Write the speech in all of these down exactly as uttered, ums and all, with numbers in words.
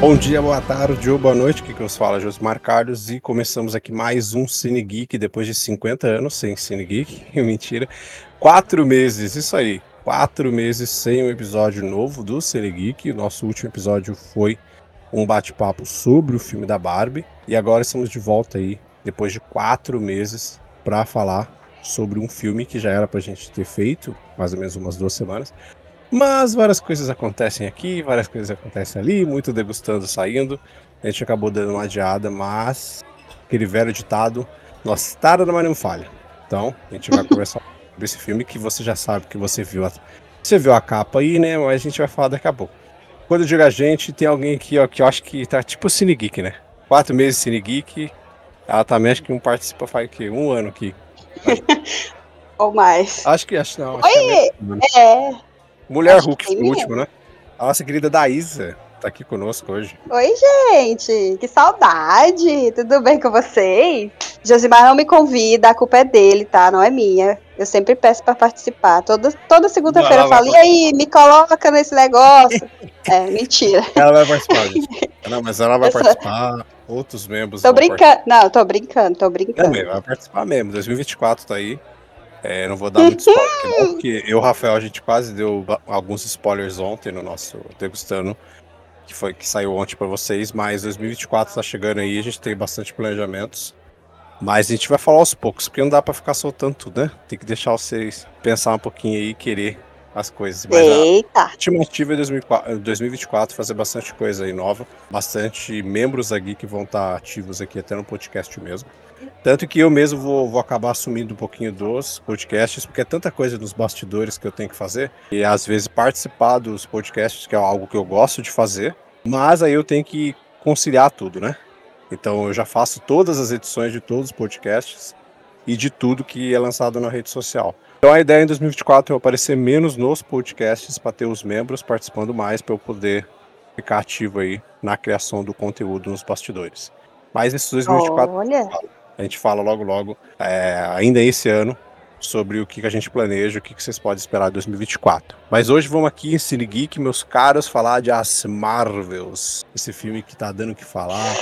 Bom dia, boa tarde ou boa noite, que que nos fala Josmar Carlos e começamos aqui mais um Cine Geek depois de cinquenta anos sem Cine Geek, mentira, quatro meses, isso aí, quatro meses sem um episódio novo do Cine Geek. O nosso último episódio foi um bate-papo sobre o filme da Barbie e agora estamos de volta aí depois de quatro meses para falar sobre um filme que já era pra gente ter feito mais ou menos umas duas semanas. Mas várias coisas acontecem aqui, várias coisas acontecem ali, muito degustando saindo. A gente acabou dando uma adiada, mas aquele velho ditado, nossa, tarda, mas não falha. Então, a gente vai conversar sobre esse filme que você já sabe que você viu a, você viu a capa aí, né? Mas a gente vai falar daqui a pouco. Quando eu digo a gente, tem alguém aqui, ó, que eu acho que tá tipo Cine Geek, né? Quatro meses Cine Geek. Ela também acho que não participa faz o quê? Um ano aqui. Ou mais. Acho que acho não, acho Oi, que é mesmo. é. Mulher Acho Hulk que foi o último, mesmo. né? A nossa querida Daísa tá aqui conosco hoje. Oi, gente. Que saudade. Tudo bem com vocês? Josimar não me convida, a culpa é dele, tá? Não é minha. Eu sempre peço pra participar. Toda, toda segunda-feira eu Ela vai, falo, e aí, me coloca nesse negócio. É, mentira. ela vai participar, gente. Não, mas ela vai Eu sou- participar, outros membros Tô vão participar brincando. Não, tô brincando, tô também, brincando. vai participar mesmo. dois mil e vinte e quatro tá aí. É, não vou dar muito spoiler aqui não, porque eu e o Rafael, a gente quase deu ba- alguns spoilers ontem no nosso Degustando, que foi que saiu ontem pra vocês, mas dois mil e vinte e quatro tá chegando aí, a gente tem bastante planejamentos. Mas a gente vai falar aos poucos, porque não dá pra ficar soltando tudo, né? Tem que deixar vocês pensar um pouquinho aí e querer as coisas. Mas a Eita. estimativa é dois mil e quatro, dois mil e vinte e quatro fazer bastante coisa aí nova. Bastante membros da Geek vão estar ativos aqui até no podcast mesmo. Tanto que eu mesmo vou, vou acabar assumindo um pouquinho dos podcasts, porque é tanta coisa nos bastidores que eu tenho que fazer. E às vezes participar dos podcasts, que é algo que eu gosto de fazer, mas aí eu tenho que conciliar tudo, né? Então eu já faço todas as edições de todos os podcasts e de tudo que é lançado na rede social. Então a ideia em dois mil e vinte e quatro é eu aparecer menos nos podcasts para ter os membros participando mais, para eu poder ficar ativo aí na criação do conteúdo nos bastidores. Mas esse dois mil e vinte e quatro Olha. a gente fala logo logo, é, ainda esse ano, sobre o que a gente planeja, o que vocês podem esperar em dois mil e vinte e quatro. Mas hoje vamos aqui em Cine Geek, meus caros, falar de As Marvels, esse filme que tá dando o que falar,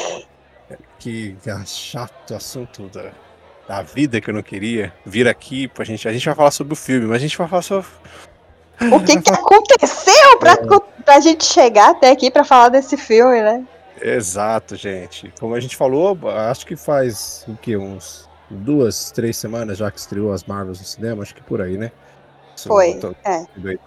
que, que é chato assunto da, da vida que eu não queria vir aqui pra gente. A gente vai falar sobre o filme, mas a gente vai falar sobre. O que, que aconteceu pra, pra gente chegar até aqui pra falar desse filme, né? Exato, gente. Como a gente falou, acho que faz o quê? Uns duas, três semanas já que estreou as Marvels no cinema, acho que por aí, né? Foi, Tô- é.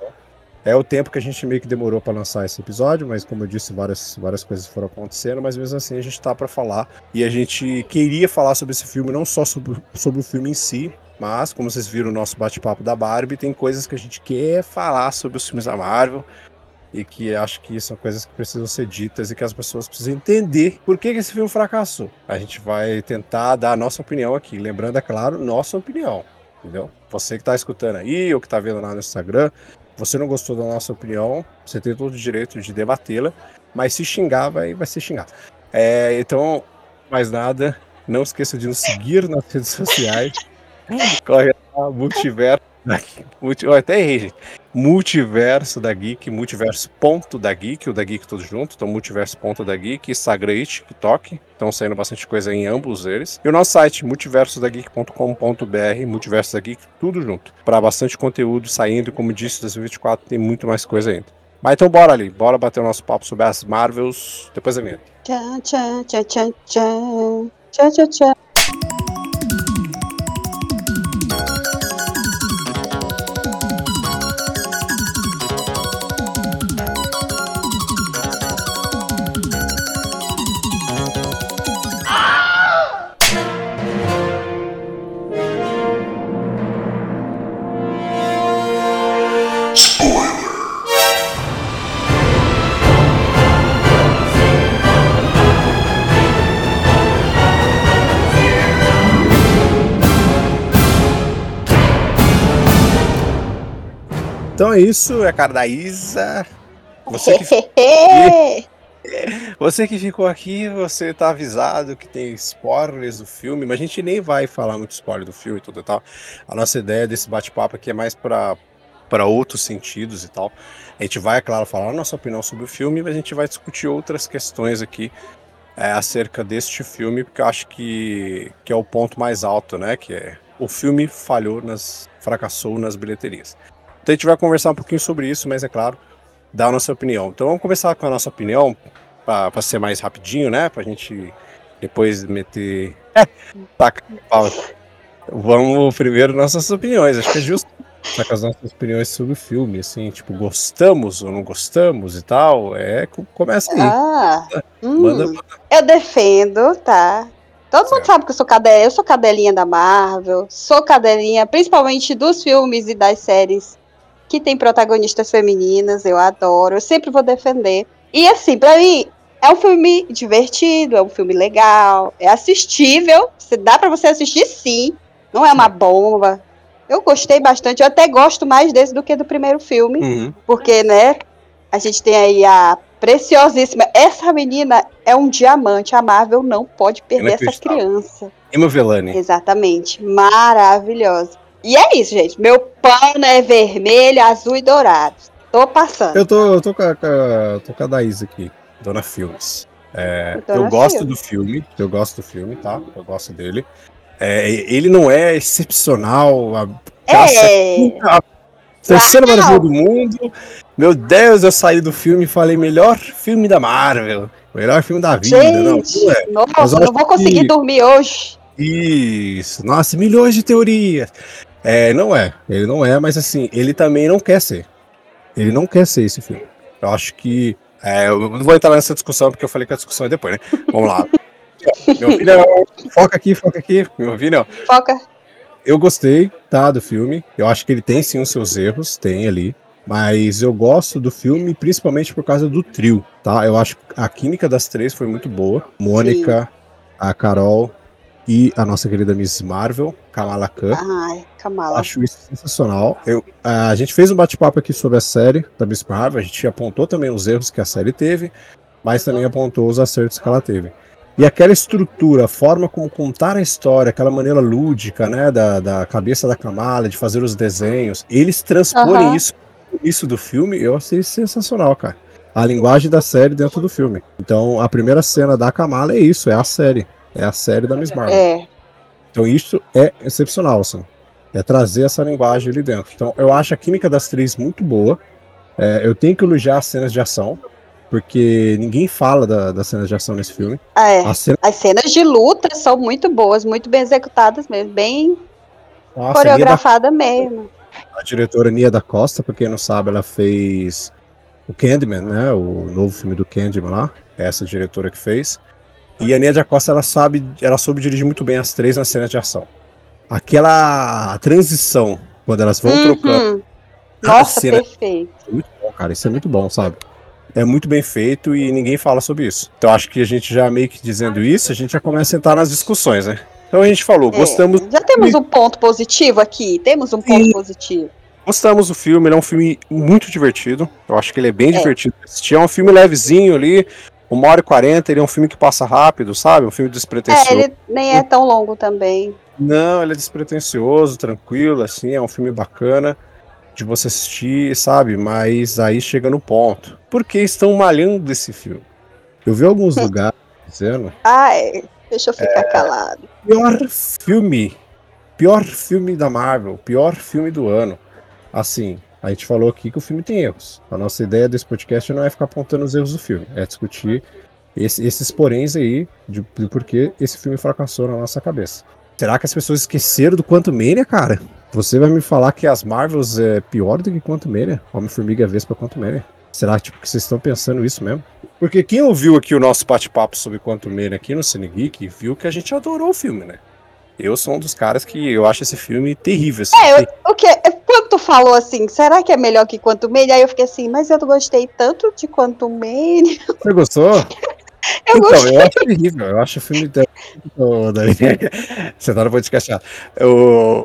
É o tempo que a gente meio que demorou para lançar esse episódio, mas como eu disse, várias, várias coisas foram acontecendo, mas mesmo assim a gente tá para falar. E a gente queria falar sobre esse filme, não só sobre, sobre o filme em si, mas como vocês viram o nosso bate-papo da Barbie, tem coisas que a gente quer falar sobre os filmes da Marvel e que acho que são coisas que precisam ser ditas e que as pessoas precisam entender por que, que esse filme fracassou. A gente vai tentar dar a nossa opinião aqui, lembrando, é claro, nossa opinião, entendeu? Você que tá escutando aí ou que tá vendo lá no Instagram, você não gostou da nossa opinião, você tem todo o direito de debatê-la, mas se xingar, vai, vai ser xingar. É, então, mais nada, não esqueça de nos seguir nas redes sociais. Corre lá, Multiverso da Geek. Multi, eu até errei, gente. Multiverso da Geek, Multiverso ponto da Geek, o da Geek tudo junto, então Multiverso ponto da Geek, Instagram e TikTok, estão saindo bastante coisa em ambos eles. E o nosso site, multiverso da geek ponto com ponto b r, Multiverso da Geek, tudo junto, para bastante conteúdo saindo, e como disse, dois mil e vinte e quatro tem muito mais coisa ainda. Mas então bora ali, bora bater o nosso papo sobre as Marvels, depois da vinheta. Tchan, tchan, tchan, tchan, tchan. Tchan, tchan, tchan. Então é isso, é a cara da Isa. Você que, você que ficou aqui, você tá avisado que tem spoilers do filme, mas a gente nem vai falar muito spoiler do filme e tudo e tal. A nossa ideia desse bate-papo aqui é mais pra para outros sentidos e tal. A gente vai, é claro, falar a nossa opinião sobre o filme, mas a gente vai discutir outras questões aqui é, acerca deste filme, porque eu acho que, que é o ponto mais alto, né? Que é o filme falhou, nas, fracassou nas bilheterias. Então a gente vai conversar um pouquinho sobre isso, mas é claro, dar a nossa opinião. Então vamos começar com a nossa opinião, para ser mais rapidinho, né? Pra gente depois meter... Taca, vamos primeiro nossas opiniões, acho que é justo. Só que as nossas opiniões sobre o filme, assim, tipo, gostamos ou não gostamos e tal, é, começa aí. Ah, manda, hum, manda. Eu defendo, tá? Todo certo. mundo sabe que eu sou cadelinha, eu sou cadelinha da Marvel, sou cadelinha, principalmente dos filmes e das séries que tem protagonistas femininas, eu adoro, eu sempre vou defender. E assim, pra mim, é um filme divertido, é um filme legal, é assistível, dá pra você assistir sim, não é uma bomba. Eu gostei bastante, eu até gosto mais desse do que do primeiro filme, uhum. porque, né, a gente tem aí a preciosíssima, essa menina é um diamante, a Marvel não pode perder essa criança. Emma Velani. Exatamente, maravilhosa. E é isso, gente, meu pano é vermelho, azul e dourado, tô passando. Eu tô, eu tô, com, a, tô com a Daís aqui, Dona Filmes. É, eu gosto filme. do filme, eu gosto do filme, tá, eu gosto dele. É, ele não é excepcional, a, é. a terceira maravilha do mundo. Meu Deus, eu saí do filme e falei melhor filme da Marvel, melhor filme da vida. Gente, não, não é. Nossa, não vou conseguir que... dormir hoje. Isso, nossa, milhões de teorias. É, não é, ele não é, mas assim, ele também não quer ser. Ele não quer ser esse filme. Eu acho que... É, eu não vou entrar nessa discussão, porque eu falei que a discussão é depois, né? Vamos lá. Meu opinião, foca aqui, foca aqui, meu opinião. Foca. Eu gostei, tá, do filme. Eu acho que ele tem sim os seus erros, tem ali. Mas eu gosto do filme principalmente por causa do trio, tá? Eu acho que a química das três foi muito boa. Mônica, sim. a Carol e a nossa querida Miss Marvel, Kamala Khan. Ai, Kamala. Acho isso sensacional. Eu, a gente fez um bate-papo aqui sobre a série da Miss Marvel. A gente apontou também os erros que a série teve, mas também apontou os acertos que ela teve. E aquela estrutura, a forma como contar a história, aquela maneira lúdica, né, da, da cabeça da Kamala, de fazer os desenhos, eles transporem uhum. isso, isso do filme, eu achei sensacional, cara. A linguagem da série dentro do filme. Então, a primeira cena da Kamala é isso, é a série. É a série da Miss Marvel. É. Então, isso é excepcional, assim. É trazer essa linguagem ali dentro. Então, eu acho a química das três muito boa. É, eu tenho que elogiar as cenas de ação, porque ninguém fala da, das cenas de ação nesse filme. É, cena... As cenas de luta são muito boas, muito bem executadas mesmo, bem Nossa, coreografada da... mesmo. A diretora Nia da Costa, pra quem não sabe, ela fez o Candyman, né, o novo filme do Candyman lá, é essa diretora que fez. E a Nia da Costa, ela sabe, ela soube dirigir muito bem as três nas cenas de ação. Aquela transição, quando elas vão uhum. trocando. Nossa, cena... perfeito. É muito bom, cara, isso é muito bom, sabe? É muito bem feito e ninguém fala sobre isso. Então acho que a gente já meio que dizendo isso, a gente já começa a entrar nas discussões, né? Então a gente falou, é, gostamos... Já temos um ponto positivo aqui, temos um ponto Sim. positivo. Gostamos do filme, ele é um filme muito divertido, eu acho que ele é bem é. divertido de assistir, é um filme levezinho ali, uma hora e quarenta, ele é um filme que passa rápido, sabe? Um filme despretensioso. É, ele nem é tão longo também. Não, ele é despretensioso, tranquilo, assim, é um filme bacana de você assistir, sabe? Mas aí chega no ponto. Por que estão malhando esse filme? Eu vi alguns lugares dizendo... Ai, deixa eu ficar é, calado. Pior filme. Pior filme da Marvel. Pior filme do ano. Assim, a gente falou aqui que o filme tem erros. A nossa ideia desse podcast não é ficar apontando os erros do filme. É discutir esse, esses poréns aí de, de por que esse filme fracassou na nossa cabeça. Será que as pessoas esqueceram do Quantumania, cara? Você vai me falar que as Marvels é pior do que Quantumania? Homem-Formiga Vespa Quantumania? Será tipo, que vocês estão pensando isso mesmo? Porque quem ouviu aqui o nosso bate-papo sobre Quantumania aqui no Cine Geek, viu que a gente adorou o filme, né? Eu sou um dos caras que eu acho esse filme terrível. Assim. É, eu, o que? Quando tu falou assim, será que é melhor que Quantumania? Aí eu fiquei assim, mas eu não gostei tanto de Quantumania. Você gostou? Eu então, gostei. eu acho terrível, eu acho o filme... De... Oh, você tá no podcast chato. Eu...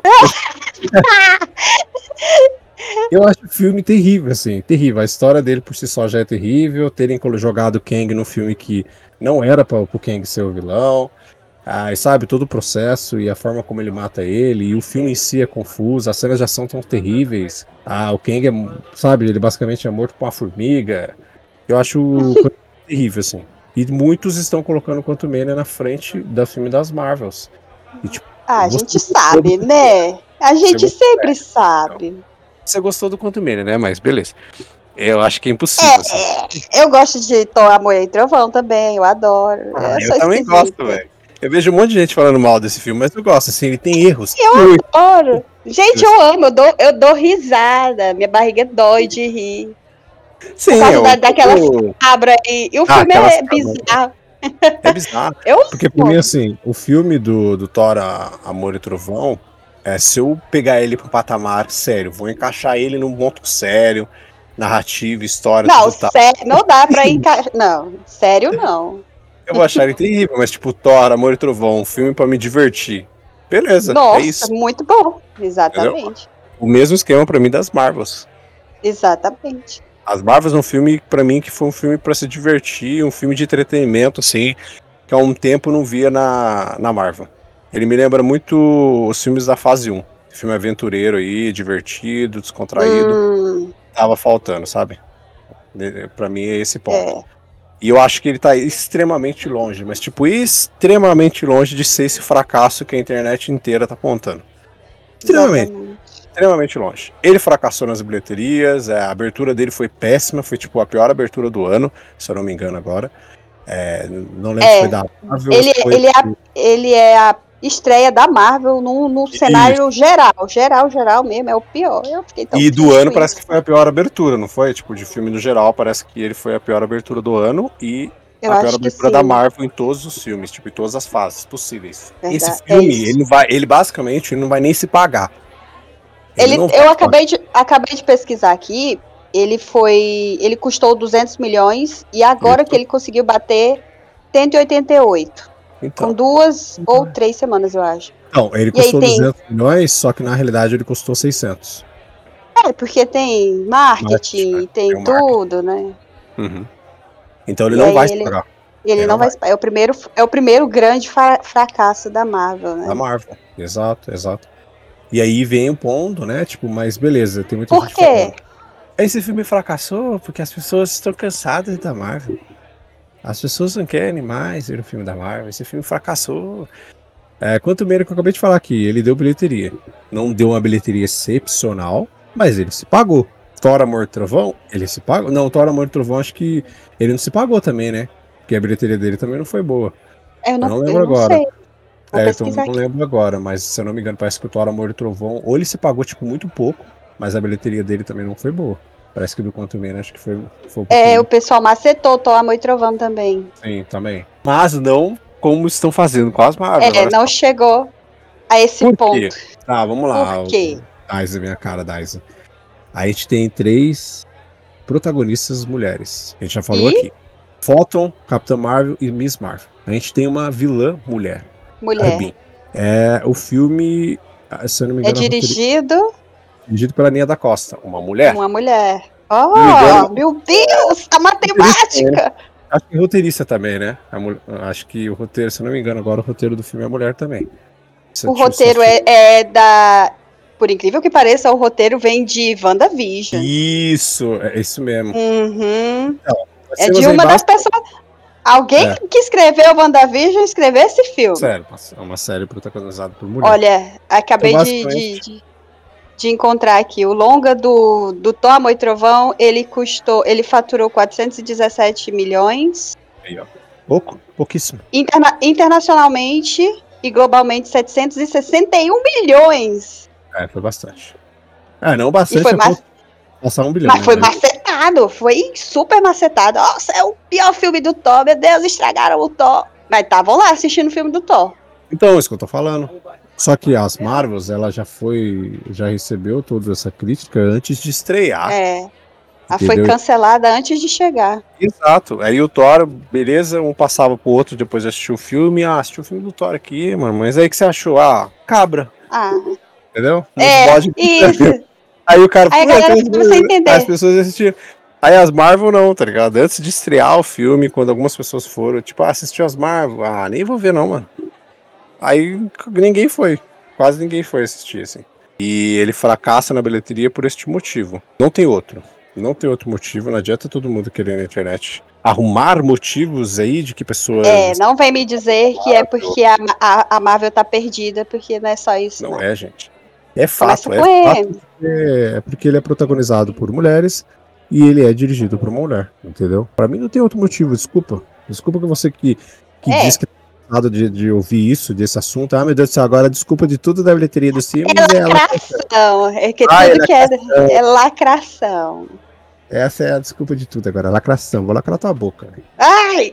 eu acho o filme terrível, assim, terrível. A história dele por si só já é terrível. Terem jogado o Kang no filme que não era para o Kang ser o vilão. Ah, e sabe, todo o processo e a forma como ele mata ele, e o filme em si é confuso, as cenas de ação são terríveis. Ah, o Kang é, sabe, ele basicamente é morto por uma formiga. Eu acho terrível, assim. E muitos estão colocando o Quantumania na frente do filme das Marvels. E, tipo, Ah, a você gente gostou do sabe, Quantumania, né? A gente você gostou, sempre sabe. você gostou do Quantumania, né? Mas beleza. Eu acho que é impossível, assim. É, eu gosto de Thor, Amor e Trovão também, eu adoro. Ah, Eu eu sou também gosto, esquisita. velho. Eu vejo um monte de gente falando mal desse filme, mas eu gosto, assim, ele tem erros. Eu Muito. adoro. Gente, eu amo, eu dou, eu dou risada. Minha barriga dói de rir. Por Sim, é causa o. da, daquelas o- cabras aí. E o Ah, filme aquelas é cabras. bizarro. É bizarro. Eu Porque pra mim, amo. assim, o filme do, do Thor, a- Amor e Trovão, é, se eu pegar ele pra um patamar sério, vou encaixar ele num ponto sério, narrativa, história, Não, tudo tal. sério, não dá pra encaixar. Não, sério não. Eu vou achar ele terrível, mas tipo, Thor, Amor e Trovão, um filme pra me divertir. Beleza, é Nossa, isso. muito bom. Entendeu? Exatamente. O mesmo esquema pra mim das Marvels. Exatamente. As Marvels é um filme, pra mim, que foi um filme pra se divertir, um filme de entretenimento, assim, que há um tempo eu não via na, na Marvel. Ele me lembra muito os filmes da fase um. Filme aventureiro aí, divertido, descontraído. Hum, Tava faltando, sabe? De- Pra mim é esse ponto. é, E eu acho que ele tá extremamente longe, mas tipo, extremamente longe de ser esse fracasso que a internet inteira tá apontando. Extremamente. exatamente. Extremamente longe. Ele fracassou nas bilheterias, é, a abertura dele foi péssima, foi tipo a pior abertura do ano, se eu não me engano agora. É, não lembro se foi É, da Marvel ou ele, se foi. ele, é a, ele é a estreia da Marvel no, no Isso. cenário geral. Geral, geral mesmo, é o pior. Eu fiquei tão E do triste ano com parece isso. que foi a pior abertura, não foi? Tipo, de filme no geral, parece que ele foi a pior abertura do ano e Eu a pior acho que abertura da sim. Marvel em todos os filmes, tipo, em todas as fases possíveis. Esse Verdade. É filme, ele isso. não vai, ele basicamente ele não vai nem se pagar. Ele Ele, não vai eu se pagar. acabei de, acabei de pesquisar aqui. Ele foi. Ele custou duzentos milhões e agora que Isso. ele conseguiu bater cento e oitenta e oito. Com Então. duas ou três semanas, eu acho. Então, ele E aí custou tem. duzentos milhões, só que na realidade ele custou seiscentos. É, porque tem Marketing, né? marketing, tem Tem o marketing. tudo, né? Uhum. Então ele E não aí vai se ele, pagar. ele Ele não não vai. vai. É o primeiro, é o primeiro grande fra- fracasso da Marvel, Da né? Marvel. Exato, exato. E aí vem o ponto, né? Tipo, mas beleza, tem muita Por gente quê? falando. Esse filme fracassou porque as pessoas estão cansadas da Marvel. As pessoas não querem mais ver o filme da Marvel. Esse filme fracassou. É, quanto menos que eu acabei de falar aqui, ele deu bilheteria. Não deu uma bilheteria excepcional, mas ele se pagou. Thor, Amor e Trovão, ele se pagou. Não, Thor, Amor e Trovão, acho que ele não se pagou também, né? Porque a bilheteria dele também não foi boa. Eu Eu não, não eu lembro não agora. sei. Vou É, então pesquisar eu não aqui. lembro agora, mas se eu não me engano, parece que o Thor, Amor e Trovão, ou ele se pagou, tipo, muito pouco, mas a bilheteria dele também não foi boa. Parece que do Quantum Man, acho que foi, foi um É, pouquinho. o pessoal macetou Thor, Amor e Trovão também. Sim, também. Mas não como estão fazendo com as Marvel, É, olha não só. chegou a esse Por quê? ponto. Tá, vamos Por lá. quê? Daisy, minha cara, Daisy. A gente tem três protagonistas mulheres. A gente já falou E aqui. Photon, Capitã Marvel e Miss Marvel. A gente tem uma vilã mulher, mulher. Arbin. É, o filme, se eu não me É engano, é roteiri- dirigido dirigido pela Nia da Costa, uma por mulher. uma mulher. Se não me engano, Oh, meu Deus, a roteirista também, né? matemática! Acho que roteirista também, né? A mul- Acho que o roteiro, se eu não me engano, agora o roteiro do filme é mulher também. Se eu O tive- se eu roteiro assisti- é, é da. Por incrível que pareça, o roteiro vem de WandaVision. Isso, é isso mesmo. Uhum. As É cenas de aí uma das basta- pessoas. Alguém É, que escreveu WandaVision escreveu esse filme. sério, é uma série protagonizada por mulher. Olha, acabei Então, de, basicamente, de, de, de encontrar aqui. O longa do, do Thor, Amor e Trovão, ele custou. Ele faturou quatrocentos e dezessete milhões. aí, ó. Pouco, pouquíssimo. Interna- internacionalmente e globalmente setecentos e sessenta e um milhões. É, foi bastante. É, não E bastante foi a ma- ponto de passar um bilhão, mas né? foi Mas, macetado, foi super macetado. Nossa, é o pior filme do Thor, meu Deus, estragaram o Thor. Mas estavam lá assistindo o filme do Thor. então, é isso que eu tô falando. Só que as Marvels, ela já foi, já recebeu toda essa crítica antes de estrear. É. Ela foi Entendeu? cancelada antes de chegar. Exato. Aí o Thor, beleza, um passava pro outro depois de assistir o filme. Ah, assisti o filme do Thor aqui, mano. Mas aí o que você achou? Ah, cabra. Ah, Entendeu? Uns é, bode- isso. Aí o cara, Aí a pô, galera então, ficava sem entender. as pessoas assistiram. Aí as Marvel não, tá ligado? Antes de estrear o filme, quando algumas pessoas foram, tipo, ah, assistiu as Marvel. Ah, nem vou ver não, mano. Aí ninguém foi. Quase ninguém foi assistir, assim. E ele fracassa na bilheteria por este motivo. Não tem outro. Não tem outro motivo. Não adianta todo mundo querer na internet arrumar motivos aí de que pessoas... É, não vem me dizer que é porque a, a, a Marvel tá perdida, porque não é só isso. Não, não. é, gente. É fato. Começa É com fato ele. porque, é porque ele é protagonizado por mulheres e ele é dirigido por uma mulher, entendeu? Pra mim não tem outro motivo, desculpa. Desculpa que você que, que É. diz que tá cansado de, de ouvir isso, desse assunto. Ah, meu Deus do céu, agora a desculpa de tudo da bilheteria dos filmes É é ela. lacração. É que Ah, tudo é que é, é lacração. Essa é a desculpa de tudo agora, lacração. Vou lacrar tua boca. Ai!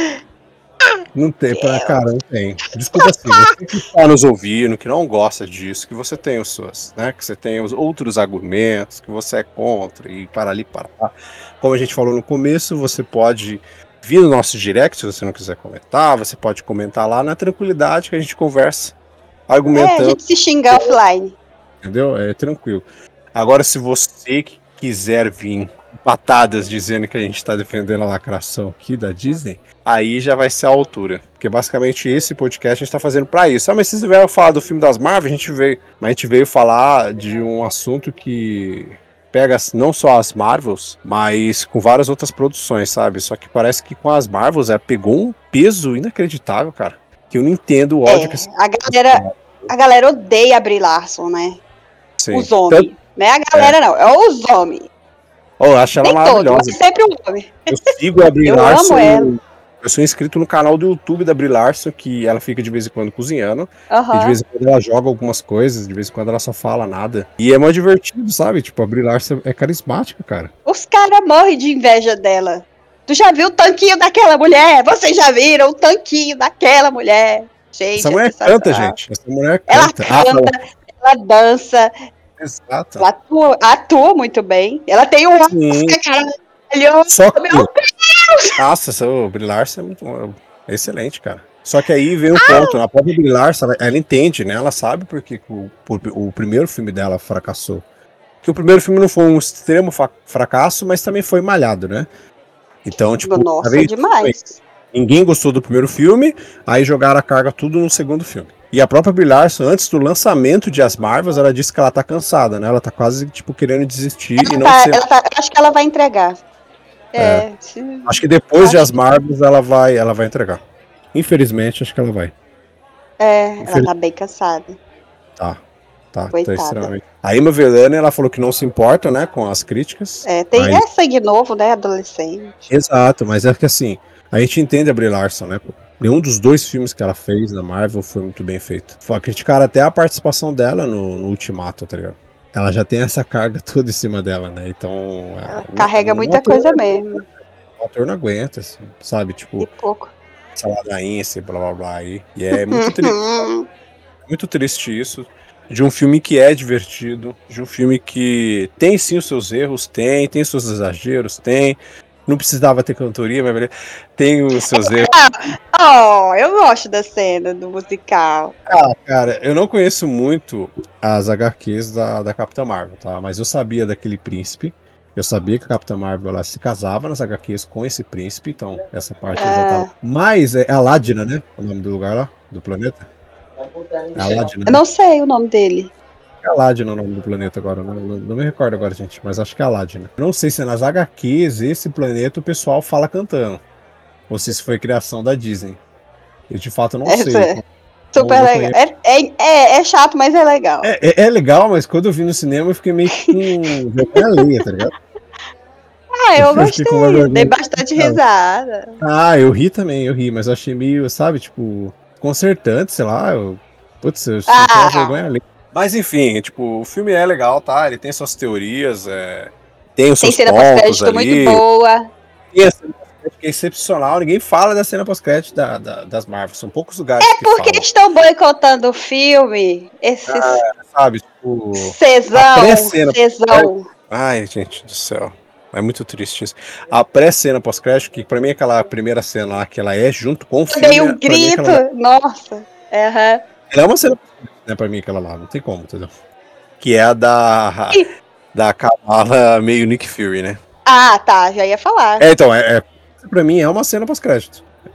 Não tem, pra, cara, não tem. Desculpa assim, você que está nos ouvindo, que não gosta disso, que você tem os seus, né? Que você tem os outros argumentos, que você é contra e para ali, para lá. Como a gente falou no começo, você pode vir no nosso direct se você não quiser comentar, você pode comentar lá na tranquilidade que a gente conversa, É, a argumentando, gente se xinga offline. entendeu? É tranquilo. Agora, se você que quiser vir patadas dizendo que a gente está defendendo a lacração aqui da Disney, aí já vai ser a altura. Porque basicamente esse podcast a gente está fazendo para isso. Ah, mas vocês vieram falar do filme das Marvel, a gente veio, mas a gente veio falar de um assunto que pega não só as Marvels, mas com várias outras produções, sabe? Só que parece que com as Marvels é, pegou um peso inacreditável, cara. Que eu não entendo o ódio É, que esse... a galera, a galera odeia a Brie Larson, né? Sim. Os homens. Não é a galera, não. É os homens. Oh, eu acho ela Nem todos, maravilhosa. mas sempre o homem. Eu sigo a Brie Eu Larson. amo ela. Eu sou inscrito no canal do YouTube da Brie Larson, que ela fica de vez em quando cozinhando. Aham. E de vez em quando ela joga algumas coisas, de vez em quando ela só fala nada. E é mais divertido, sabe? Tipo, a Brie Larson é carismática, cara. Os caras morrem de inveja dela. Tu já viu o tanquinho daquela mulher? Vocês já viram o tanquinho daquela mulher? Gente, Essa é mulher sensacional. canta, gente. Essa mulher Ela canta. canta, ela dança, Exato. ela atua, atua muito bem. Ela tem um Sim. Oscar, caralho. Só que... Meu Nossa, essa o Brie Larson é muito é excelente, cara. Só que aí vem o ponto, a própria Brie Larson, ela, ela entende, né? Ela sabe porque o, o, o primeiro filme dela fracassou. Que o primeiro filme não foi um extremo fa- fracasso, mas também foi malhado, né? Então, tipo, Nossa, veio- demais. ninguém gostou do primeiro filme, aí jogaram a carga tudo no segundo filme. E a própria Brie Larson, antes do lançamento de As Marvels, ela disse que ela tá cansada, né? Ela tá quase, tipo, querendo desistir e Ela não tá- ser... ela tá- acho que ela vai entregar. É. se- Acho que depois acho de As que- Marvels ela vai, ela vai entregar. Infelizmente, acho que ela vai. É, ela Infeliz- tá bem cansada. Tá, tá, tá Coitada. extremamente. A Emma Velani, ela falou que não se importa, né, com as críticas. É, tem, Mas- é sangue novo, né? Adolescente. Exato, mas é que assim, a gente entende a Brie Larson, né? pô? Nenhum dos dois filmes que ela fez na Marvel foi muito bem feito. Foi criticar até a participação dela no, no Ultimato, tá ligado? Ela já tem essa carga toda em cima dela, né? Então. Ela é, carrega o muita ator- coisa mesmo. O ator não aguenta, assim, sabe? Tipo, E pouco. essa ladainha, esse blá blá blá aí. E é muito triste. Muito triste isso. De um filme que é divertido, de um filme que tem sim os seus erros, tem, tem seus exageros, tem. Não precisava ter cantoria, mas beleza. Tem os seus erros. Oh, eu gosto da cena do musical. Ah, cara, eu não conheço muito as agá quês da, da Capitã Marvel, tá? Mas eu sabia daquele príncipe. Eu sabia que a Capitã Marvel ela se casava nas agá quês com esse príncipe, então essa parte eu já É. tava. Mas é Aladina, né? O nome do lugar lá, do planeta. É Aladina. Eu não sei o nome dele. É Aladina o nome do planeta agora, não, não, não me recordo agora, gente, mas acho que é Aladina. Eu não sei se nas agá quês esse planeta o pessoal fala cantando, ou se isso foi criação da Disney. Eu de fato não É, sei. é. Super Não- não legal. É, é, é, é chato, mas é legal. É, é, é legal, mas quando eu vi no cinema eu fiquei meio que com vergonha alheia, tá ligado? Ah, eu eu fiquei com uma gostei. vergonha Dei bastante cara. risada. Ah, eu ri também, eu ri, mas eu achei meio, sabe, tipo, concertante, sei lá. Eu, putz, eu senti Ah. uma vergonha alheia. Mas enfim, tipo, o filme é legal, tá? Ele tem suas teorias, é, tem os Tem seus cena pontos pós-crédito ali. muito boa. Tem a cena pós-crédito que é excepcional. Ninguém fala da cena pós-crédito da, da- das Marvel. São poucos lugares que Porque falam, estão boicotando o filme. Esses sabe? Tipo, a cesão, pré-cena- cesão. ai, gente do céu. É muito triste isso. A pré-cena pós-crédito, que pra mim é aquela primeira cena lá, que ela é junto com o Eu filme. dei um pra mim, grito. aquela- Nossa. Aham. ela é uma cena, né, pra mim, aquela lá, não tem como, entendeu? Que é a da. Ih. Da Kamala meio Nick Fury, né? Ah, tá. Já ia falar. É, então, é, é, pra mim é uma cena pós-crédito.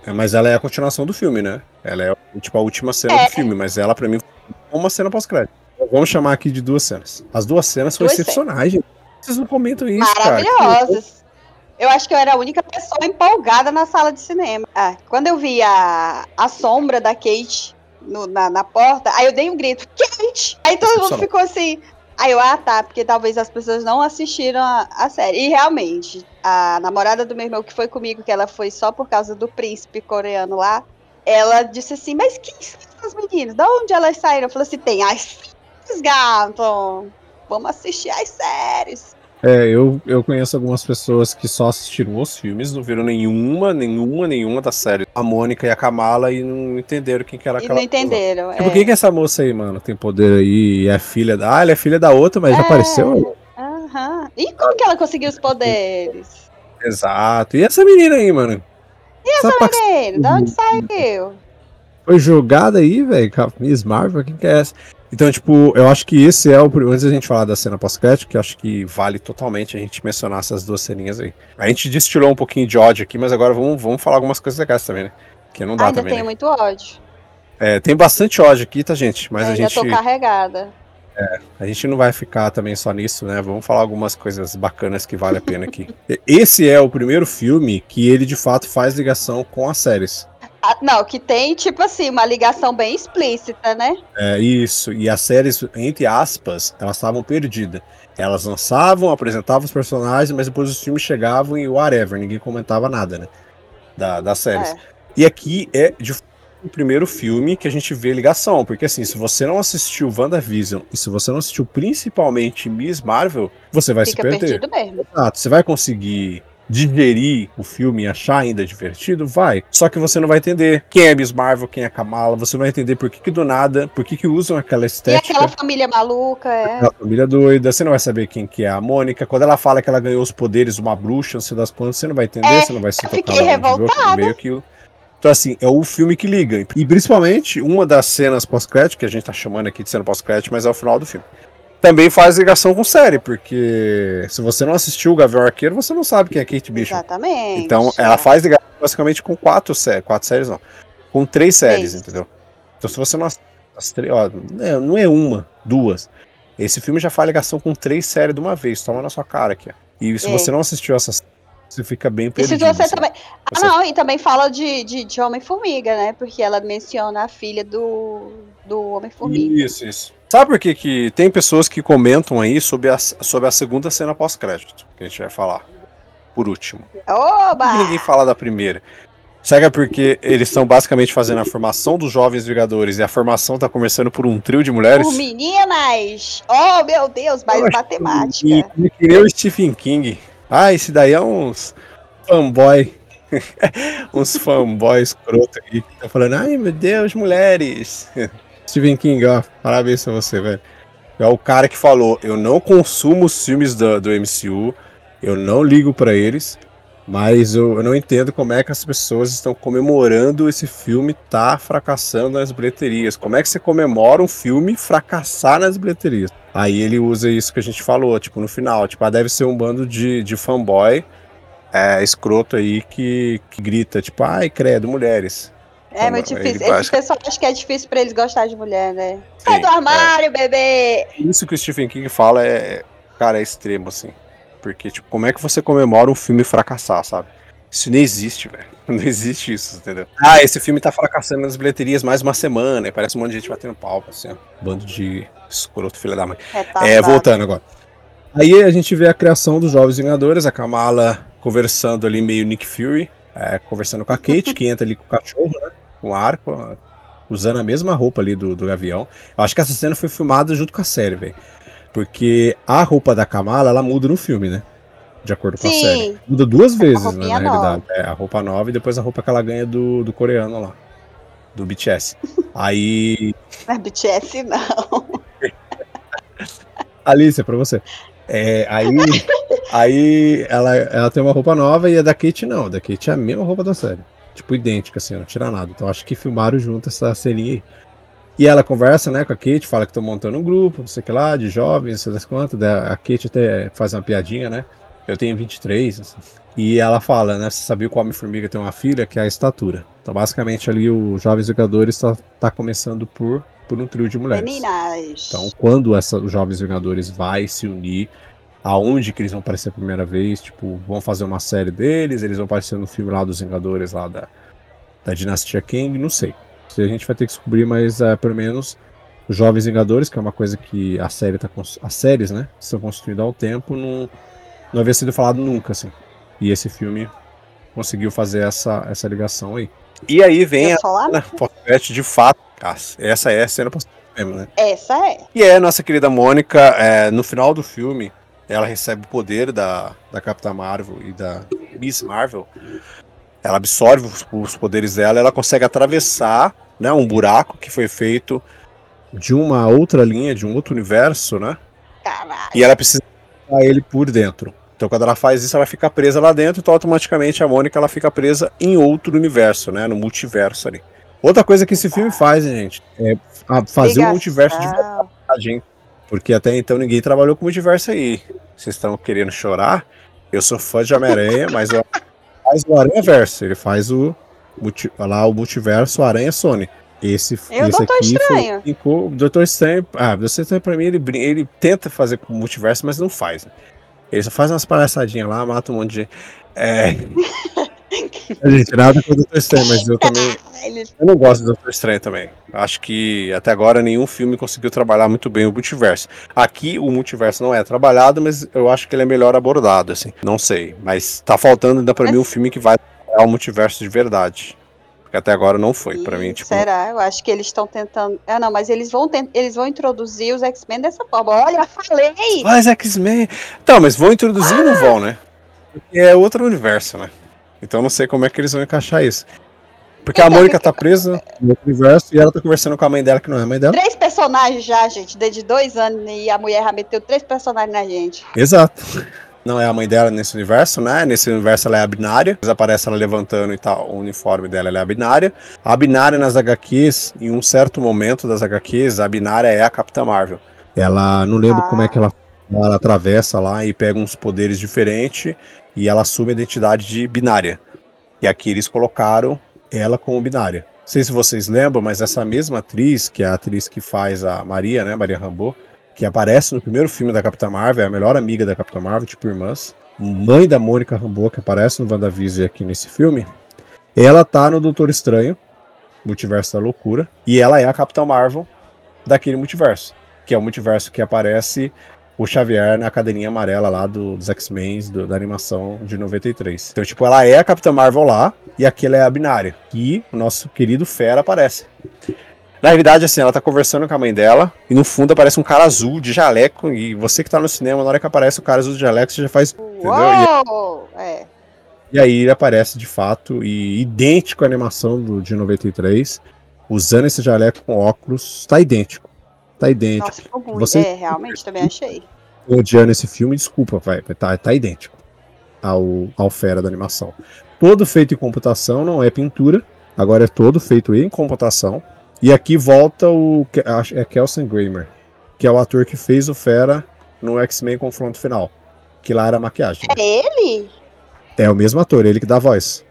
É, mas ela é a continuação do filme, né? Ela é tipo a última cena É. do filme, mas ela pra mim foi uma cena pós-crédito. Vamos chamar aqui de duas cenas. As duas cenas são Duas excepcionais, gente. Vocês não comentam isso, cara. Maravilhosas. Eu acho que eu era a única pessoa empolgada na sala de cinema. Ah, quando eu vi a, a sombra da Kate no- na, na porta, aí eu dei um grito, Kate! Aí todo mundo Excepcional. ficou assim. Aí eu, ah tá, porque talvez as pessoas não assistiram a, a série. E realmente, a namorada do meu irmão que foi comigo, que ela foi só por causa do príncipe coreano lá, ela disse assim, mas quem são essas meninas? De onde elas saíram? Eu falei assim, tem as filhas, gato. Vamos assistir as séries. É, eu, eu conheço algumas pessoas que só assistiram os filmes, não viram nenhuma, nenhuma, nenhuma da série. A Mônica e a Kamala e não entenderam quem que era E aquela não entenderam. Tipo, é. quem que é essa moça aí, mano? Tem poder aí e é filha da. Ah, ela é filha da outra, mas já É. apareceu? Aham. E como que ela conseguiu os poderes? Exato. E essa menina aí, mano? E essa menina? De onde saiu? Foi jogada aí, velho? Miss Marvel, quem que é essa? Então, tipo, eu acho que esse é o. Antes da gente falar da cena pós-crédito, que eu acho que vale totalmente a gente mencionar essas duas ceninhas aí. A gente destilou um pouquinho de ódio aqui, mas agora vamos, vamos falar algumas coisas legais também, né? Que não dá Ainda também. tenho Né? muito ódio. É, tem bastante ódio aqui, tá, gente? Mas Ainda a gente. tô carregada. A gente não vai ficar também só nisso, né? Vamos falar algumas coisas bacanas que vale a pena aqui. Esse é o primeiro filme que ele de fato faz ligação com as séries. Ah, não, que tem, tipo assim, uma ligação bem explícita, né? É isso. E as séries, entre aspas, elas estavam perdidas. Elas lançavam, apresentavam os personagens, mas depois os filmes chegavam e whatever, ninguém comentava nada, né? Da, das séries. É. E aqui é de o primeiro filme que a gente vê ligação, porque assim, se você não assistiu WandaVision e se você não assistiu principalmente Miss Marvel, você vai Fica se perder. perdido mesmo. Exato. Você vai conseguir digerir o filme e achar ainda divertido? Vai. Só que você não vai entender quem é Miss Marvel, quem é Kamala, você não vai entender por que, que do nada, por que, que usam aquela E estética. aquela família maluca, é. Aquela família doida, você não vai saber quem que é a Mônica. Quando ela fala que ela ganhou os poderes de uma bruxa, não sei das quantas, você não vai entender, É, você não vai se eu tocar fiquei de onde veio- revoltada. veio aquilo. Então, assim, é o filme que liga. E principalmente, uma das cenas pós-crédito, que a gente tá chamando aqui de cena pós-crédito, mas é o final do filme. Também faz ligação com série, porque se você não assistiu o Gavião Arqueiro, você não sabe quem é Kate Bishop. Exatamente. Então, ela faz ligação basicamente com quatro séries. Quatro séries não. Com três séries, Três. entendeu? Então, se você não assiste as três, ó, não é- não é uma, duas. Esse filme já faz ligação com três séries de uma vez. Toma na sua cara aqui, ó. E se É. você não assistiu essas, você fica bem E se perdido. você assim. também. Ah, Você- não, e também fala de, de, de Homem-Formiga, né? Porque ela menciona a filha do, do Homem-Formiga. Isso, isso. Sabe por que, que tem pessoas que comentam aí sobre a, sobre a segunda cena pós-crédito, que a gente vai falar por último. Por Oba! que ninguém fala da primeira? Sabe porque eles estão basicamente fazendo a formação dos Jovens Vingadores e a formação tá começando por um trio de mulheres? Por meninas! Oh, meu Deus, mais Eu acho matemática. E, e que nem o Stephen King. Ah, esse daí é uns fanboy. uns fanboy escroto aí que tá falando, ai meu Deus, mulheres. Stephen King, ó, parabéns pra você, velho. É o cara que falou, eu não consumo os filmes do, do M C U, eu não ligo pra eles, mas eu, eu não entendo como é que as pessoas estão comemorando esse filme tá fracassando nas bilheterias. Como é que você comemora um filme fracassar nas bilheterias? Aí ele usa isso que a gente falou, tipo, no final, tipo, ah, deve ser um bando de, de fanboy é, escroto aí que, que grita, tipo, ai, credo, mulheres. É muito Ele difícil. baixa- Esses pessoal acham que é difícil pra eles gostarem de mulher, né? Sim, Sai do armário, bebê! Isso que o Stephen King fala é, cara, é extremo, assim. Porque, tipo, como é que você comemora um filme fracassar, sabe? Isso não existe, velho. Não existe isso, entendeu? Ah, esse filme tá fracassando nas bilheterias mais uma semana. E parece um monte de gente batendo palma, assim, ó. Bando de escroto, filha da mãe. Retardado. É, voltando agora. Aí a gente vê a criação dos Jovens Vingadores, a Kamala conversando ali meio Nick Fury, é, conversando com a Kate, que entra ali com o cachorro, né? Com o arco, usando a mesma roupa ali do, do Gavião. Eu acho que essa cena foi filmada junto com a série, velho. Porque a roupa da Kamala, ela muda no filme, né? De acordo com Sim. a série. Muda duas vezes, né, roupinha na realidade. É, a roupa nova e depois a roupa que ela ganha do, do coreano lá. Do B T S. Aí... Não é B T S, não. Alice, é pra você. É, aí aí ela, ela tem uma roupa nova e a da Kate não. A da Kate é a mesma roupa da série. Tipo, idêntica, assim, não tira nada. Então acho que filmaram junto essa ceninha aí. E ela conversa, né, com a Kate, fala que estão montando um grupo, não sei o que lá, de jovens, não sei das quantas. A Kate até faz uma piadinha, né? Eu tenho vinte e três, assim, e ela fala, né? Você sabia que o Homem-Formiga tem uma filha, que é a estatura. Então, basicamente, ali o Jovens Vingadores tá, tá começando por, por um trio de mulheres. Meninas. Então, quando essa, os Jovens Vingadores vai se unir, aonde que eles vão aparecer a primeira vez? Tipo, vão fazer uma série deles, eles vão aparecer no filme lá dos Vingadores, lá da, da Dinastia Kang, não sei. A gente vai ter que descobrir, mas é, pelo menos os Jovens Vingadores, que é uma coisa que a série tá as séries, né, estão construídas ao tempo, não, não havia sido falado nunca, assim. E esse filme conseguiu fazer essa, essa ligação aí. E aí vem Eu a sou lá. cena pós-crédito de fato. Essa é a cena pós-crédito, né? Essa é. E é a nossa querida Mônica, é, no final do filme, ela recebe o poder da, da Capitã Marvel e da Miss Marvel. Ela absorve os, os poderes dela, ela consegue atravessar, né, um buraco que foi feito de uma outra linha, de um outro universo, né? Caralho. E ela precisa pegar ele por dentro. Então, quando ela faz isso, ela fica presa lá dentro, então automaticamente a Mônica ela fica presa em outro universo, né? No multiverso ali. Outra coisa que esse filme faz, gente, é fazer um multiverso de verdade, hein? Porque até então ninguém trabalhou com multiverso aí. Vocês estão querendo chorar? Eu sou fã de Homem-Aranha, mas eu faz o Aranha-Verso. Ele faz o, multi, lá, o multiverso Aranha Sony. Esse, Eu esse Doutor aqui Estranho. foi o Doutor Estranho. Ah, o Doutor Estranho pra mim, ele, ele tenta fazer com o multiverso, mas não faz. Né? Ele só faz umas palhaçadinhas lá, mata um monte de gente. É... gente, nada com o Doutor Estranho, mas eu também. Eu não gosto do Doutor Estranho também. Acho que até agora nenhum filme conseguiu trabalhar muito bem o multiverso. Aqui o multiverso não é trabalhado, mas eu acho que ele é melhor abordado, assim. Não sei, mas tá faltando ainda pra mas... mim um filme que vai trabalhar o multiverso de verdade. Porque até agora não foi, para mim, tipo... Será? Eu acho que eles estão tentando... Ah, não, mas eles vão, tent... eles vão introduzir os X-Men dessa forma. Olha, eu falei! Mas X-Men... Então, mas vão introduzir ou não vão, né? Porque é outro universo, né? Então não sei como é que eles vão encaixar isso. Porque então, a Mônica tá presa no outro universo e ela tá conversando com a mãe dela, que não é a mãe dela. Três personagens já, gente, desde dois anos, e a mulher já meteu três personagens na gente. Exato. Não é a mãe dela nesse universo, né? Nesse universo ela é a binária. Aparece ela levantando e tal. O uniforme dela ela é a binária. A binária nas H Qs, em um certo momento das H Qs, a binária é a Capitã Marvel. Ela, não lembro ah. como é que ela, ela atravessa lá e pega uns poderes diferentes e ela assume a identidade de binária. E aqui eles colocaram ela como binária. Não sei se vocês lembram, mas essa mesma atriz, que é a atriz que faz a Maria, né? Maria Rambeau, que aparece no primeiro filme da Capitã Marvel, é a melhor amiga da Capitã Marvel, tipo irmãs, mãe da Mônica Rambeau, que aparece no WandaVision aqui nesse filme, ela tá no Doutor Estranho, Multiverso da Loucura, e ela é a Capitã Marvel daquele multiverso, que é o multiverso que aparece o Xavier na cadeirinha amarela lá do, dos X-Men, do, da animação de noventa e três. Então, tipo, ela é a Capitã Marvel lá, e aqui ela é a binária, e o nosso querido Fera aparece. Na realidade, assim, ela tá conversando com a mãe dela e no fundo aparece um cara azul de jaleco e você que tá no cinema, na hora que aparece o cara azul de jaleco, você já faz... Uou! E, é. e aí ele aparece de fato e idêntico à animação do, de noventa e três, usando esse jaleco com óculos, tá idêntico. Tá idêntico. Nossa, ficou muito. Você, é, realmente, também achei. Odiando esse filme, desculpa, vai, tá, tá idêntico ao, ao Fera da animação. Todo feito em computação, não é pintura, agora é todo feito em computação. E aqui volta o é Kelsey Grammer, que é o ator que fez o Fera no X-Men Confronto Final, que lá era maquiagem. É ele? É o mesmo ator, ele que dá a voz.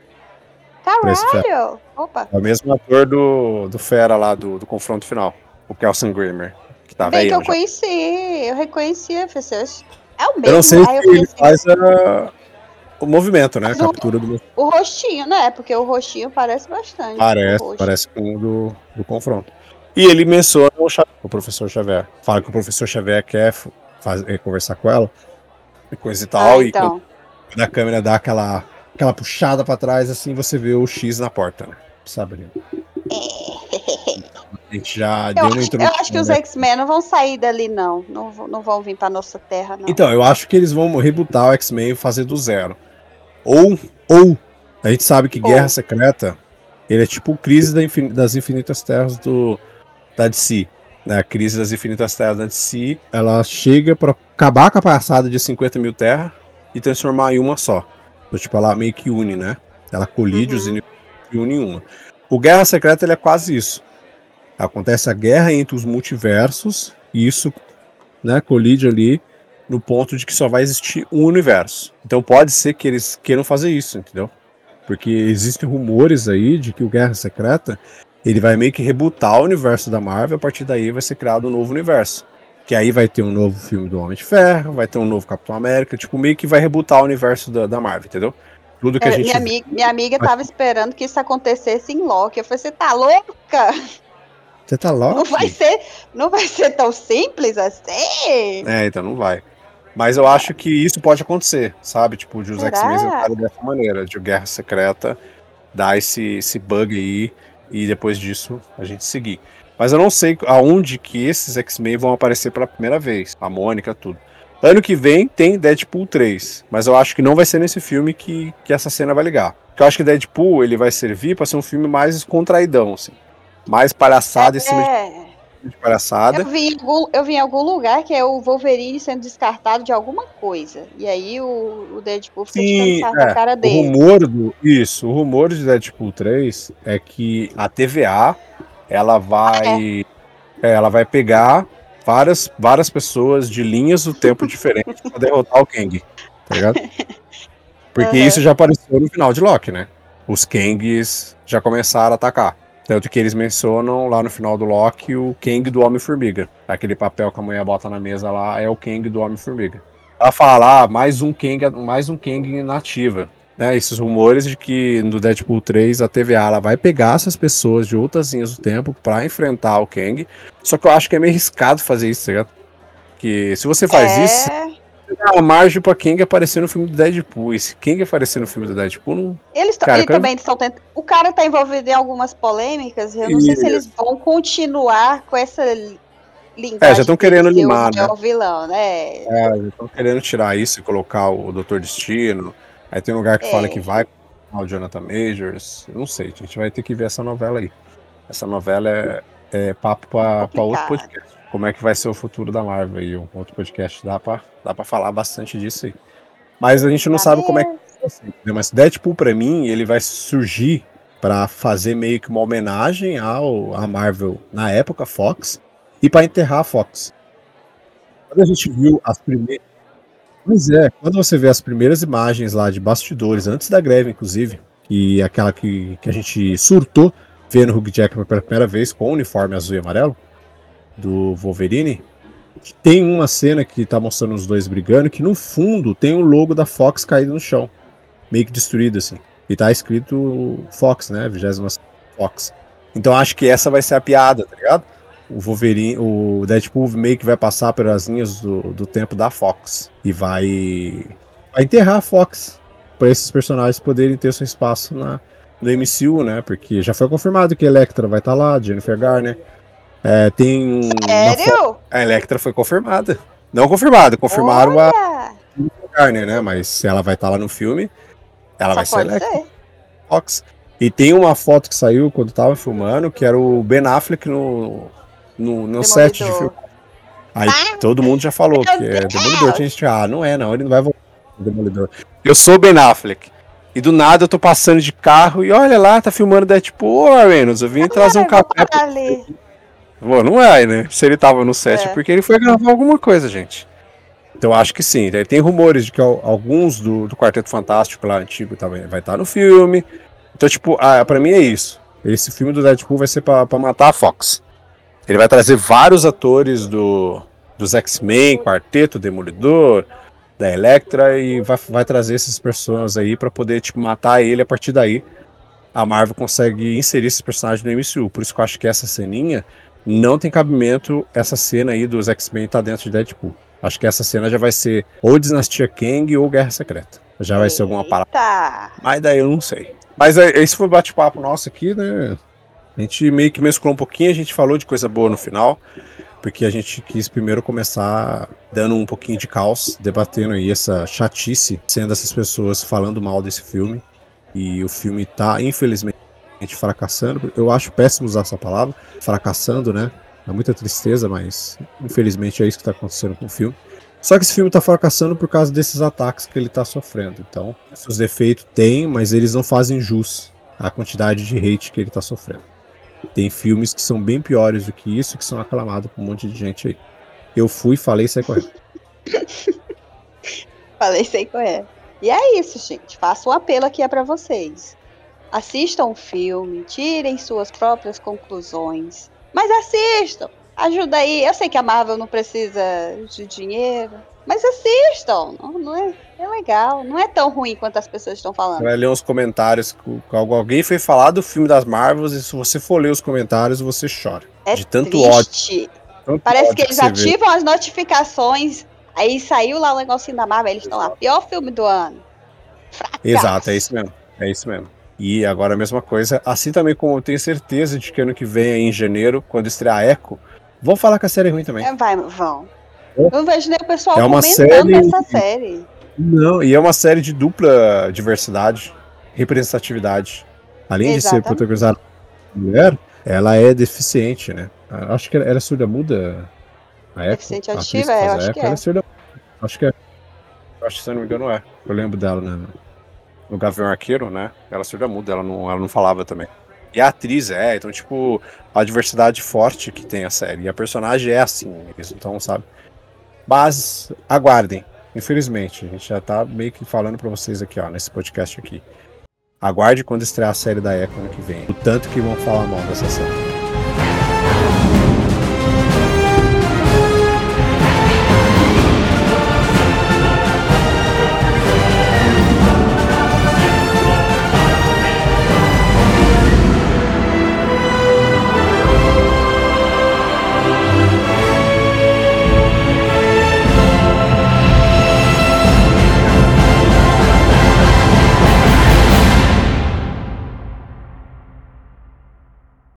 Caralho! Opa! É o mesmo ator do, do Fera lá, do, do Confronto Final, o Kelsey Grammer. Que tá Bem que eu já. conheci, eu reconheci a pessoas. É o mesmo. Eu não sei Aí se ele faz a, o movimento, né? A captura o, do... O rostinho, né? Porque o rostinho parece bastante. Parece, parece com o do, do confronto. E ele menciona o, o professor Xavier. Fala que o professor Xavier quer fazer, conversar com ela e coisa e tal. Ah, então. E quando a câmera dá aquela, aquela puxada pra trás, assim, você vê o X na porta, né? Sabe ali? A gente já eu deu uma acho, introdução. Eu acho que os X-Men não vão sair dali, não. Não, não vão vir pra nossa terra, não. Então, eu acho que eles vão rebootar o X-Men e fazer do zero. Ou, ou, a gente sabe que Guerra ou. Secreta, ele é tipo Crise da infin- das Infinitas Terras do, da D C. Né? A Crise das Infinitas Terras da D C, ela chega pra acabar com a passada de cinquenta mil terras e transformar em uma só. Então, tipo, ela meio que une, né? Ela colide uhum. os inimigos e une em uma. O Guerra Secreta, ele é quase isso. Acontece a guerra entre os multiversos, e isso, né, colide ali no ponto de que só vai existir um universo. Então pode ser que eles queiram fazer isso, entendeu? Porque existem rumores aí de que o Guerra Secreta ele vai meio que rebootar o universo da Marvel, a partir daí vai ser criado um novo universo. Que aí vai ter um novo filme do Homem de Ferro, vai ter um novo Capitão América, tipo, meio que vai rebootar o universo da, da Marvel, entendeu? Tudo que a gente... minha, amiga, minha amiga tava esperando que isso acontecesse em Loki. Eu falei, você tá louca? Você tá louco? Não vai ser, não vai ser tão simples assim? É, então não vai. Mas eu acho que isso pode acontecer, sabe? Tipo, de os X-Men entrarem dessa maneira, de Guerra Secreta, dar esse, esse bug aí, e depois disso a gente seguir. Mas eu não sei aonde que esses X-Men vão aparecer pela primeira vez. A Mônica, tudo. Ano que vem tem Deadpool três, mas eu acho que não vai ser nesse filme que, que essa cena vai ligar. Porque eu acho que Deadpool ele vai servir pra ser um filme mais contraidão, assim. Mais palhaçada é, em cima de, de palhaçada. Eu vi, em algum, eu vi em algum lugar que é o Wolverine sendo descartado de alguma coisa. E aí o, o Deadpool fica tirando sarro é, da cara dele. O rumor do, isso, o rumor de Deadpool três é que a T V A ela vai, ah, é. É, ela vai pegar várias, várias pessoas de linhas do tempo diferentes pra derrotar o Kang, tá ligado? Porque uhum. Isso já apareceu no final de Loki, né? Os Kangs já começaram a atacar. Tanto que eles mencionam lá no final do Loki o Kang do Homem-Formiga. Aquele papel que a mulher bota na mesa lá é o Kang do Homem-Formiga. Ela fala, ah, mais um Kang, mais um Kang nativa. Né, esses rumores de que no Deadpool três a T V A ela vai pegar essas pessoas de outras linhas do tempo pra enfrentar o Kang. Só que eu acho que é meio arriscado fazer isso, tá ligado? Porque se você faz é... isso, você dá uma margem pra Kang aparecer no filme do Deadpool. E se Kang aparecer no filme do Deadpool, não... Eles cara, ele também estão tentando... O cara tá envolvido em algumas polêmicas. Eu não isso. sei se eles vão continuar com essa linguagem. É, já estão querendo limar, né? O vilão, né? É, já estão querendo tirar isso e colocar o Doutor Destino. Aí tem um lugar que é. fala que vai com o Jonathan Majors. Eu não sei, a gente vai ter que ver essa novela aí. Essa novela é, é papo para outro podcast. Como é que vai ser o futuro da Marvel aí? Um outro podcast dá para dá pra falar bastante disso aí. Mas a gente não ah, sabe é. como é que vai ser. Mas Deadpool, para mim, ele vai surgir para fazer meio que uma homenagem ao a Marvel na época, Fox, e para enterrar a Fox. Quando a gente viu as primeiras. Pois é, quando você vê as primeiras imagens lá de bastidores, antes da greve, inclusive, e aquela que, que a gente surtou vendo o Hugh Jackman pela primeira vez com o uniforme azul e amarelo do Wolverine, tem uma cena que tá mostrando os dois brigando, que no fundo tem o logo da Fox caído no chão, meio que destruído assim, e tá escrito Fox, né, vigésima Fox. Então acho que essa vai ser a piada, tá ligado? O Wolverine, o Deadpool meio que vai passar pelas linhas do, do tempo da Fox e vai, vai enterrar a Fox para esses personagens poderem ter seu espaço na, no M C U, né? Porque já foi confirmado que a Elektra vai estar tá lá, Jennifer Garner. É, tem Sério? A Elektra foi confirmada. Não confirmada, confirmaram Olha. a Jennifer Garner, né? Mas se ela vai estar tá lá no filme, ela Só vai ser a Elektra. Ser. Fox. E tem uma foto que saiu quando tava filmando, que era o Ben Affleck no No, no set de filme. Aí ah, todo mundo já falou que é Demolidor. A gente, ah, não é, não, ele não vai voltar Demolidor. Eu sou Ben Affleck. E do nada eu tô passando de carro e olha lá, tá filmando Deadpool. Ô, Reynolds, eu vim trazer um café. Pra... Pô, não é, né? Se ele tava no set, é. porque ele foi gravar alguma coisa, gente. Então acho que sim. Tem rumores de que alguns do, do Quarteto Fantástico lá antigo também vai estar no filme. Então, tipo, ah, pra mim é isso. Esse filme do Deadpool vai ser pra, pra matar a Fox. Ele vai trazer vários atores do, dos X-Men, Quarteto, Demolidor, da Elektra, e vai, vai trazer esses personagens aí pra poder tipo, matar ele. A partir daí, a Marvel consegue inserir esses personagens no M C U. Por isso que eu acho que essa ceninha não tem cabimento, essa cena aí dos X-Men tá dentro de Deadpool. Acho que essa cena já vai ser ou Dinastia Kang ou Guerra Secreta. Já vai Eita. ser alguma parada. Mas daí eu não sei. Mas esse foi o bate-papo nosso aqui, né? A gente meio que mesclou um pouquinho, a gente falou de coisa boa no final, porque a gente quis primeiro começar dando um pouquinho de caos, debatendo aí essa chatice, sendo essas pessoas falando mal desse filme, e o filme tá, infelizmente, fracassando. Eu acho péssimo usar essa palavra, fracassando, né? É muita tristeza, mas infelizmente é isso que tá acontecendo com o filme. Só que esse filme tá fracassando por causa desses ataques que ele tá sofrendo. Então, seus defeitos tem, mas eles não fazem jus à quantidade de hate que ele tá sofrendo. Tem filmes que são bem piores do que isso, que são aclamados por um monte de gente aí. Eu fui, falei e saí correndo. Falei sem qual é. E é isso, gente. Faço um apelo aqui é pra vocês. Assistam o filme, tirem suas próprias conclusões. Mas assistam! Ajuda aí. Eu sei que a Marvel não precisa de dinheiro, mas assistam. Não, não é, é legal. Não é tão ruim quanto as pessoas estão falando. Você vai ler uns comentários que alguém foi falar do filme das Marvels e se você for ler os comentários, você chora. É de tanto triste. ódio. Tanto Parece ódio que eles você ativam vê. as notificações. Aí saiu lá o negocinho da Marvel, eles estão lá. Pior filme do ano. Fracasso. Exato, é isso mesmo. É isso mesmo. E agora a mesma coisa. Assim também como eu tenho certeza de que ano que vem, aí, em janeiro, quando estrear Echo, vão falar que a série é ruim também. É, vai, vão. Eu não vejo nem o pessoal é uma comentando série... essa série. Não, e é uma série de dupla diversidade, representatividade. Além Exatamente. de ser protagonizada por mulher, ela é deficiente, né? Acho que ela é surda-muda. A Echo, deficiente a auditiva, é, eu acho Echo, que é. Ela é surda... Acho que é. Acho que, se eu não me engano, é. Eu lembro dela, né? No Gavião Arqueiro, né? Ela surda-muda, ela não, ela não falava também. E a atriz é, então, tipo, a diversidade forte que tem a série. E a personagem é assim, então, sabe? Mas, aguardem. Infelizmente, a gente já tá meio que falando pra vocês aqui, ó, nesse podcast aqui. Aguarde quando estrear a série da Echo ano que vem. O tanto que vão falar mal dessa série.